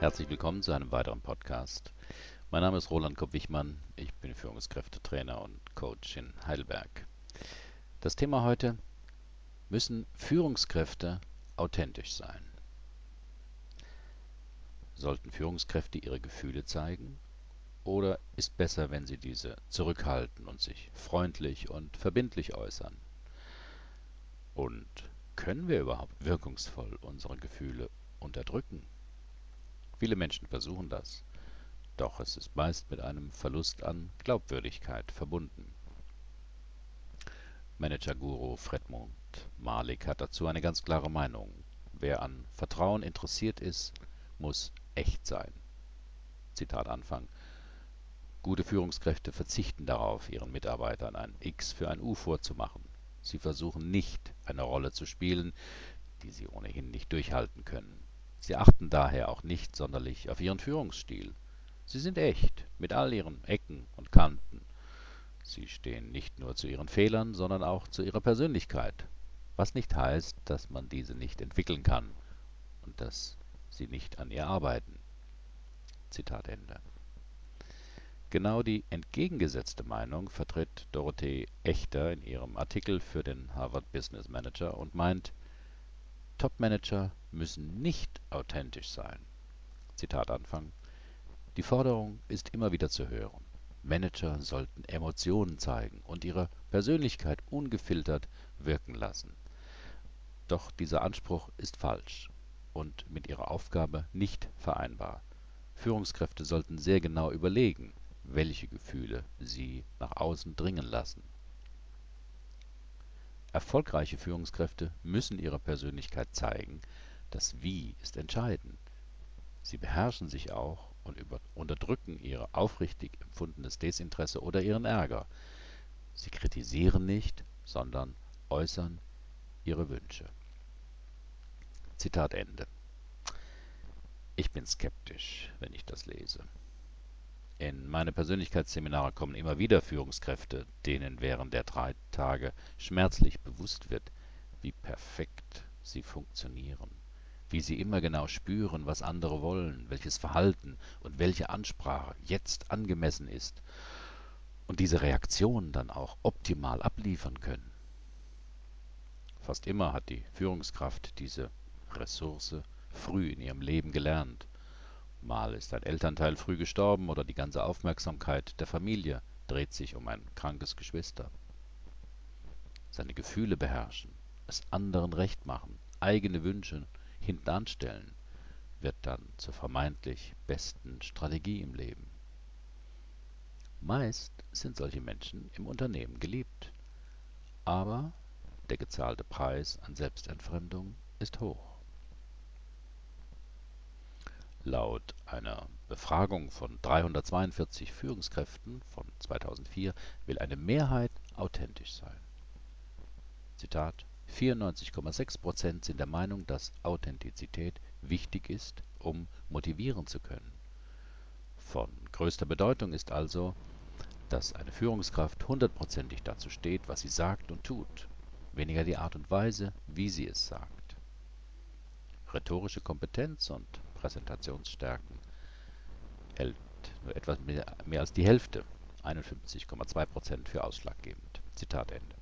Herzlich willkommen zu einem weiteren Podcast. Mein Name ist Roland Kopp-Wichmann, ich bin Führungskräftetrainer und Coach in Heidelberg. Das Thema heute: Müssen Führungskräfte authentisch sein? Sollten Führungskräfte ihre Gefühle zeigen? Oder ist besser, wenn sie diese zurückhalten und sich freundlich und verbindlich äußern? Und können wir überhaupt wirkungsvoll unsere Gefühle unterdrücken? Viele Menschen versuchen das. Doch es ist meist mit einem Verlust an Glaubwürdigkeit verbunden. Manager-Guru Fredmund Malik hat dazu eine ganz klare Meinung: Wer an Vertrauen interessiert ist, muss echt sein. Zitat Anfang. Gute Führungskräfte verzichten darauf, ihren Mitarbeitern ein X für ein U vorzumachen. Sie versuchen nicht, eine Rolle zu spielen, die sie ohnehin nicht durchhalten können. Sie achten daher auch nicht sonderlich auf ihren Führungsstil. Sie sind echt, mit all ihren Ecken und Kanten. Sie stehen nicht nur zu ihren Fehlern, sondern auch zu ihrer Persönlichkeit, was nicht heißt, dass man diese nicht entwickeln kann und dass sie nicht an ihr arbeiten. Zitat Ende. Genau die entgegengesetzte Meinung vertritt Dorothee Echter in ihrem Artikel für den Harvard Business Manager und meint, Top-Manager müssen nicht authentisch sein. Zitat Anfang. Die Forderung ist immer wieder zu hören. Manager sollten Emotionen zeigen und ihre Persönlichkeit ungefiltert wirken lassen. Doch dieser Anspruch ist falsch und mit ihrer Aufgabe nicht vereinbar. Führungskräfte sollten sehr genau überlegen, welche Gefühle sie nach außen dringen lassen. Erfolgreiche Führungskräfte müssen ihre Persönlichkeit zeigen. Das Wie ist entscheidend. Sie beherrschen sich auch und unterdrücken ihr aufrichtig empfundenes Desinteresse oder ihren Ärger. Sie kritisieren nicht, sondern äußern ihre Wünsche. Zitat Ende. Ich bin skeptisch, wenn ich das lese. In meine Persönlichkeitsseminare kommen immer wieder Führungskräfte, denen während der 3 Tage schmerzlich bewusst wird, wie perfekt sie funktionieren, wie sie immer genau spüren, was andere wollen, welches Verhalten und welche Ansprache jetzt angemessen ist und diese Reaktionen dann auch optimal abliefern können. Fast immer hat die Führungskraft diese Ressource früh in ihrem Leben gelernt. Mal ist ein Elternteil früh gestorben oder die ganze Aufmerksamkeit der Familie dreht sich um ein krankes Geschwister. Seine Gefühle beherrschen, es anderen recht machen, eigene Wünsche hintanstellen, wird dann zur vermeintlich besten Strategie im Leben. Meist sind solche Menschen im Unternehmen geliebt, aber der gezahlte Preis an Selbstentfremdung ist hoch. Laut einer Befragung von 342 Führungskräften von 2004 will eine Mehrheit authentisch sein. Zitat: 94,6% sind der Meinung, dass Authentizität wichtig ist, um motivieren zu können. Von größter Bedeutung ist also, dass eine Führungskraft hundertprozentig dazu steht, was sie sagt und tut, weniger die Art und Weise, wie sie es sagt. Rhetorische Kompetenz und Präsentationsstärken hält nur etwas mehr als die Hälfte, 51,2% für ausschlaggebend. Zitat Ende.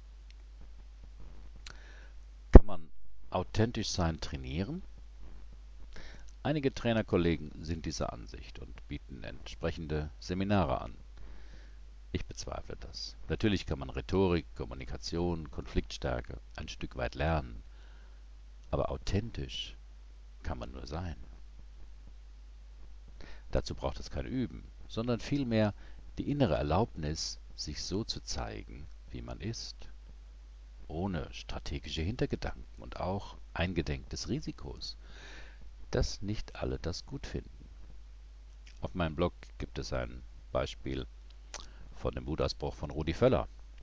Kann man authentisch sein trainieren? Einige Trainerkollegen sind dieser Ansicht und bieten entsprechende Seminare an. Ich bezweifle das. Natürlich kann man Rhetorik, Kommunikation, Konfliktstärke ein Stück weit lernen, aber authentisch kann man nur sein. Dazu braucht es kein Üben, sondern vielmehr die innere Erlaubnis, sich so zu zeigen, wie man ist, ohne strategische Hintergedanken und auch eingedenk des Risikos, dass nicht alle das gut finden. Auf meinem Blog gibt es ein Beispiel von dem Wutausbruch von Rudi Völler.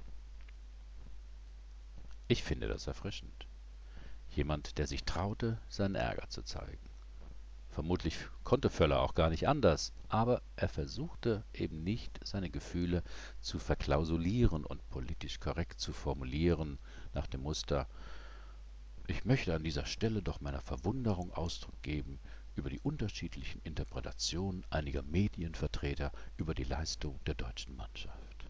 Ich finde das erfrischend. Jemand, der sich traute, seinen Ärger zu zeigen. Vermutlich konnte Völler auch gar nicht anders, aber er versuchte eben nicht, seine Gefühle zu verklausulieren und politisch korrekt zu formulieren, nach dem Muster: Ich möchte an dieser Stelle doch meiner Verwunderung Ausdruck geben, über die unterschiedlichen Interpretationen einiger Medienvertreter über die Leistung der deutschen Mannschaft.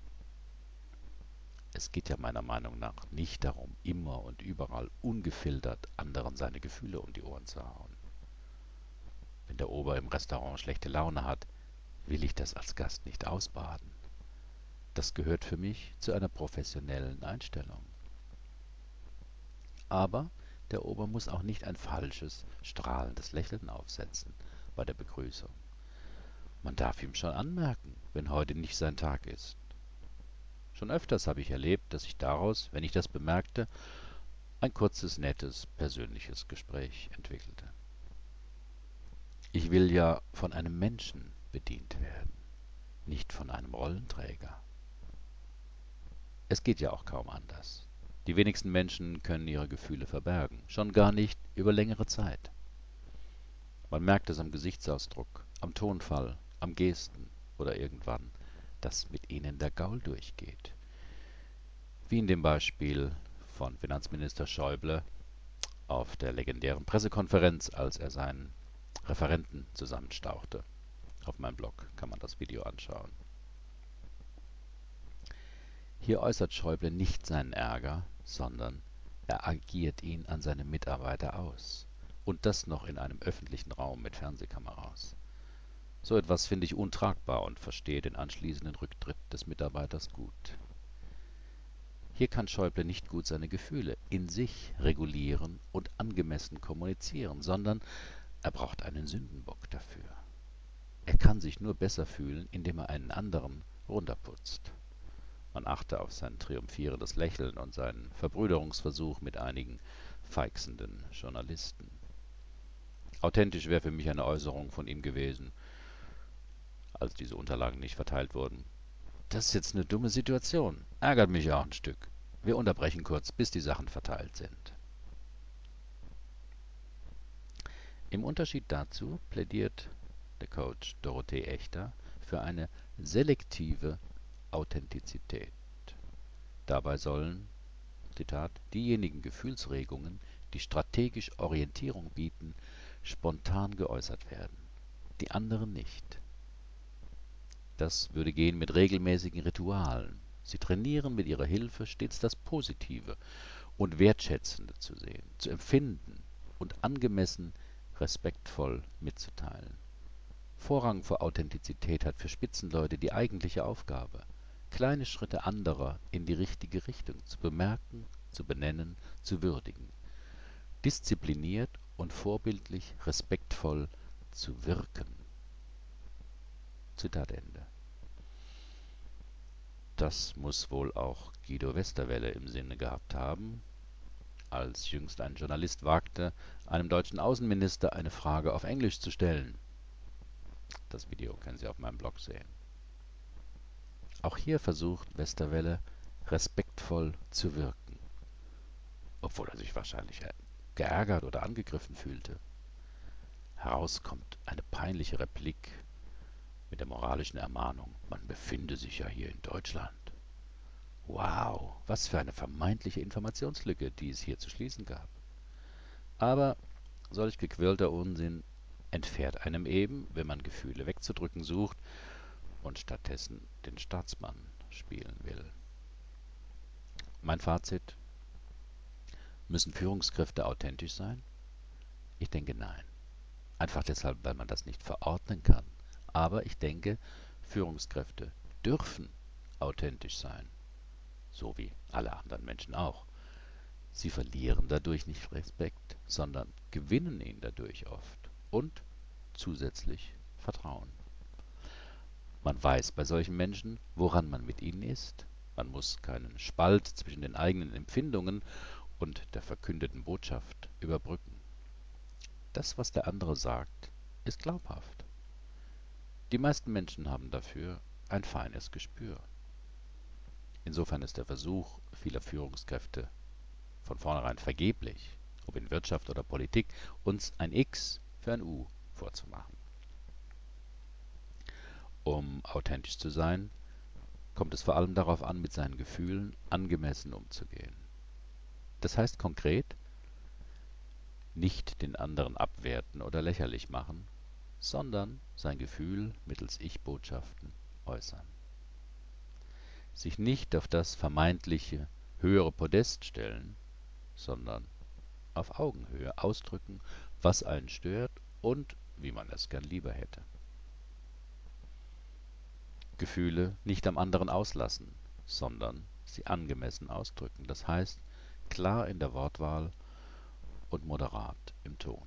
Es geht ja meiner Meinung nach nicht darum, immer und überall ungefiltert anderen seine Gefühle um die Ohren zu hauen. Wenn der Ober im Restaurant schlechte Laune hat, will ich das als Gast nicht ausbaden. Das gehört für mich zu einer professionellen Einstellung. Aber der Ober muss auch nicht ein falsches, strahlendes Lächeln aufsetzen bei der Begrüßung. Man darf ihm schon anmerken, wenn heute nicht sein Tag ist. Schon öfters habe ich erlebt, dass sich daraus, wenn ich das bemerkte, ein kurzes, nettes, persönliches Gespräch entwickelte. Ich will ja von einem Menschen bedient werden, nicht von einem Rollenträger. Es geht ja auch kaum anders. Die wenigsten Menschen können ihre Gefühle verbergen, schon gar nicht über längere Zeit. Man merkt es am Gesichtsausdruck, am Tonfall, am Gesten oder irgendwann, dass mit ihnen der Gaul durchgeht. Wie in dem Beispiel von Finanzminister Schäuble auf der legendären Pressekonferenz, als er seinen Referenten zusammenstauchte. Auf meinem Blog kann man das Video anschauen. Hier äußert Schäuble nicht seinen Ärger, sondern er agiert ihn an seine Mitarbeiter aus. Und das noch in einem öffentlichen Raum mit Fernsehkameras. So etwas finde ich untragbar und verstehe den anschließenden Rücktritt des Mitarbeiters gut. Hier kann Schäuble nicht gut seine Gefühle in sich regulieren und angemessen kommunizieren, sondern er braucht einen Sündenbock dafür. Er kann sich nur besser fühlen, indem er einen anderen runterputzt. Man achte auf sein triumphierendes Lächeln und seinen Verbrüderungsversuch mit einigen feixenden Journalisten. Authentisch wäre für mich eine Äußerung von ihm gewesen, als diese Unterlagen nicht verteilt wurden. Das ist jetzt eine dumme Situation. Ärgert mich auch ein Stück. Wir unterbrechen kurz, bis die Sachen verteilt sind. Im Unterschied dazu plädiert der Coach Dorothee Echter für eine selektive Authentizität. Dabei sollen, Zitat, diejenigen Gefühlsregungen, die strategisch Orientierung bieten, spontan geäußert werden, die anderen nicht. Das würde gehen mit regelmäßigen Ritualen. Sie trainieren mit ihrer Hilfe stets das Positive und Wertschätzende zu sehen, zu empfinden und angemessen respektvoll mitzuteilen. Vorrang vor Authentizität hat für Spitzenleute die eigentliche Aufgabe, kleine Schritte anderer in die richtige Richtung zu bemerken, zu benennen, zu würdigen, diszipliniert und vorbildlich respektvoll zu wirken. Zitat Ende. Das muss wohl auch Guido Westerwelle im Sinne gehabt haben, als jüngst ein Journalist wagte, einem deutschen Außenminister eine Frage auf Englisch zu stellen. Das Video können Sie auf meinem Blog sehen. Auch hier versucht Westerwelle, respektvoll zu wirken, obwohl er sich wahrscheinlich geärgert oder angegriffen fühlte. Heraus kommt eine peinliche Replik mit der moralischen Ermahnung: Man befinde sich ja hier in Deutschland. Wow, was für eine vermeintliche Informationslücke, die es hier zu schließen gab. Aber solch gequirlter Unsinn entfährt einem eben, wenn man Gefühle wegzudrücken sucht und stattdessen den Staatsmann spielen will. Mein Fazit: Müssen Führungskräfte authentisch sein? Ich denke nein. Einfach deshalb, weil man das nicht verordnen kann. Aber ich denke, Führungskräfte dürfen authentisch sein, so wie alle anderen Menschen auch. Sie verlieren dadurch nicht Respekt, sondern gewinnen ihn dadurch oft und zusätzlich Vertrauen. Man weiß bei solchen Menschen, woran man mit ihnen ist. Man muss keinen Spalt zwischen den eigenen Empfindungen und der verkündeten Botschaft überbrücken. Das, was der andere sagt, ist glaubhaft. Die meisten Menschen haben dafür ein feines Gespür. Insofern ist der Versuch vieler Führungskräfte von vornherein vergeblich, ob in Wirtschaft oder Politik, uns ein X für ein U vorzumachen. Um authentisch zu sein, kommt es vor allem darauf an, mit seinen Gefühlen angemessen umzugehen. Das heißt konkret, Nicht den anderen abwerten oder lächerlich machen, sondern sein Gefühl mittels Ich-Botschaften äußern. Sich nicht auf das vermeintliche höhere Podest stellen, sondern auf Augenhöhe ausdrücken, was einen stört und wie man es gern lieber hätte. Gefühle nicht am anderen auslassen, sondern sie angemessen ausdrücken. Das heißt, klar in der Wortwahl und moderat im Ton.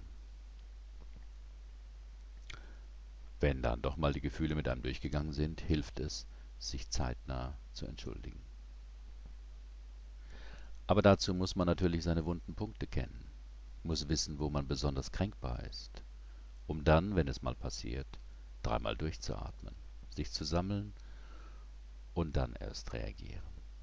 Wenn dann doch mal die Gefühle mit einem durchgegangen sind, hilft es, sich zeitnah zu entschuldigen. Aber dazu muss man natürlich seine wunden Punkte kennen, muss wissen, wo man besonders kränkbar ist, um dann, wenn es mal passiert, dreimal durchzuatmen, sich zu sammeln und dann erst reagieren.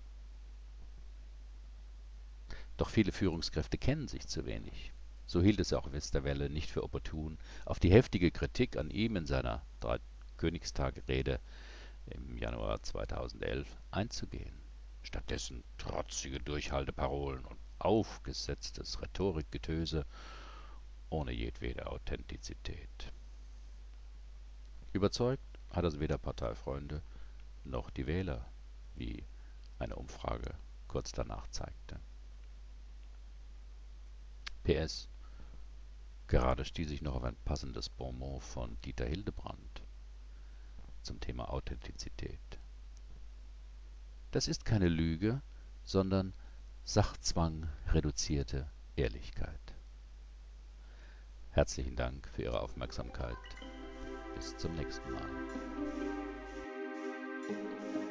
Doch viele Führungskräfte kennen sich zu wenig. So hielt es auch Westerwelle nicht für opportun, auf die heftige Kritik an ihm in seiner Dreikönigstag-Rede im Januar 2011 einzugehen. Stattdessen trotzige Durchhalteparolen und aufgesetztes Rhetorikgetöse ohne jedwede Authentizität. Überzeugt hat es weder Parteifreunde noch die Wähler, wie eine Umfrage kurz danach zeigte. PS: Gerade stieß ich noch auf ein passendes Bonmot von Dieter Hildebrand zum Thema Authentizität. Das ist keine Lüge, sondern Sachzwang reduzierte Ehrlichkeit. Herzlichen Dank für Ihre Aufmerksamkeit. Bis zum nächsten Mal.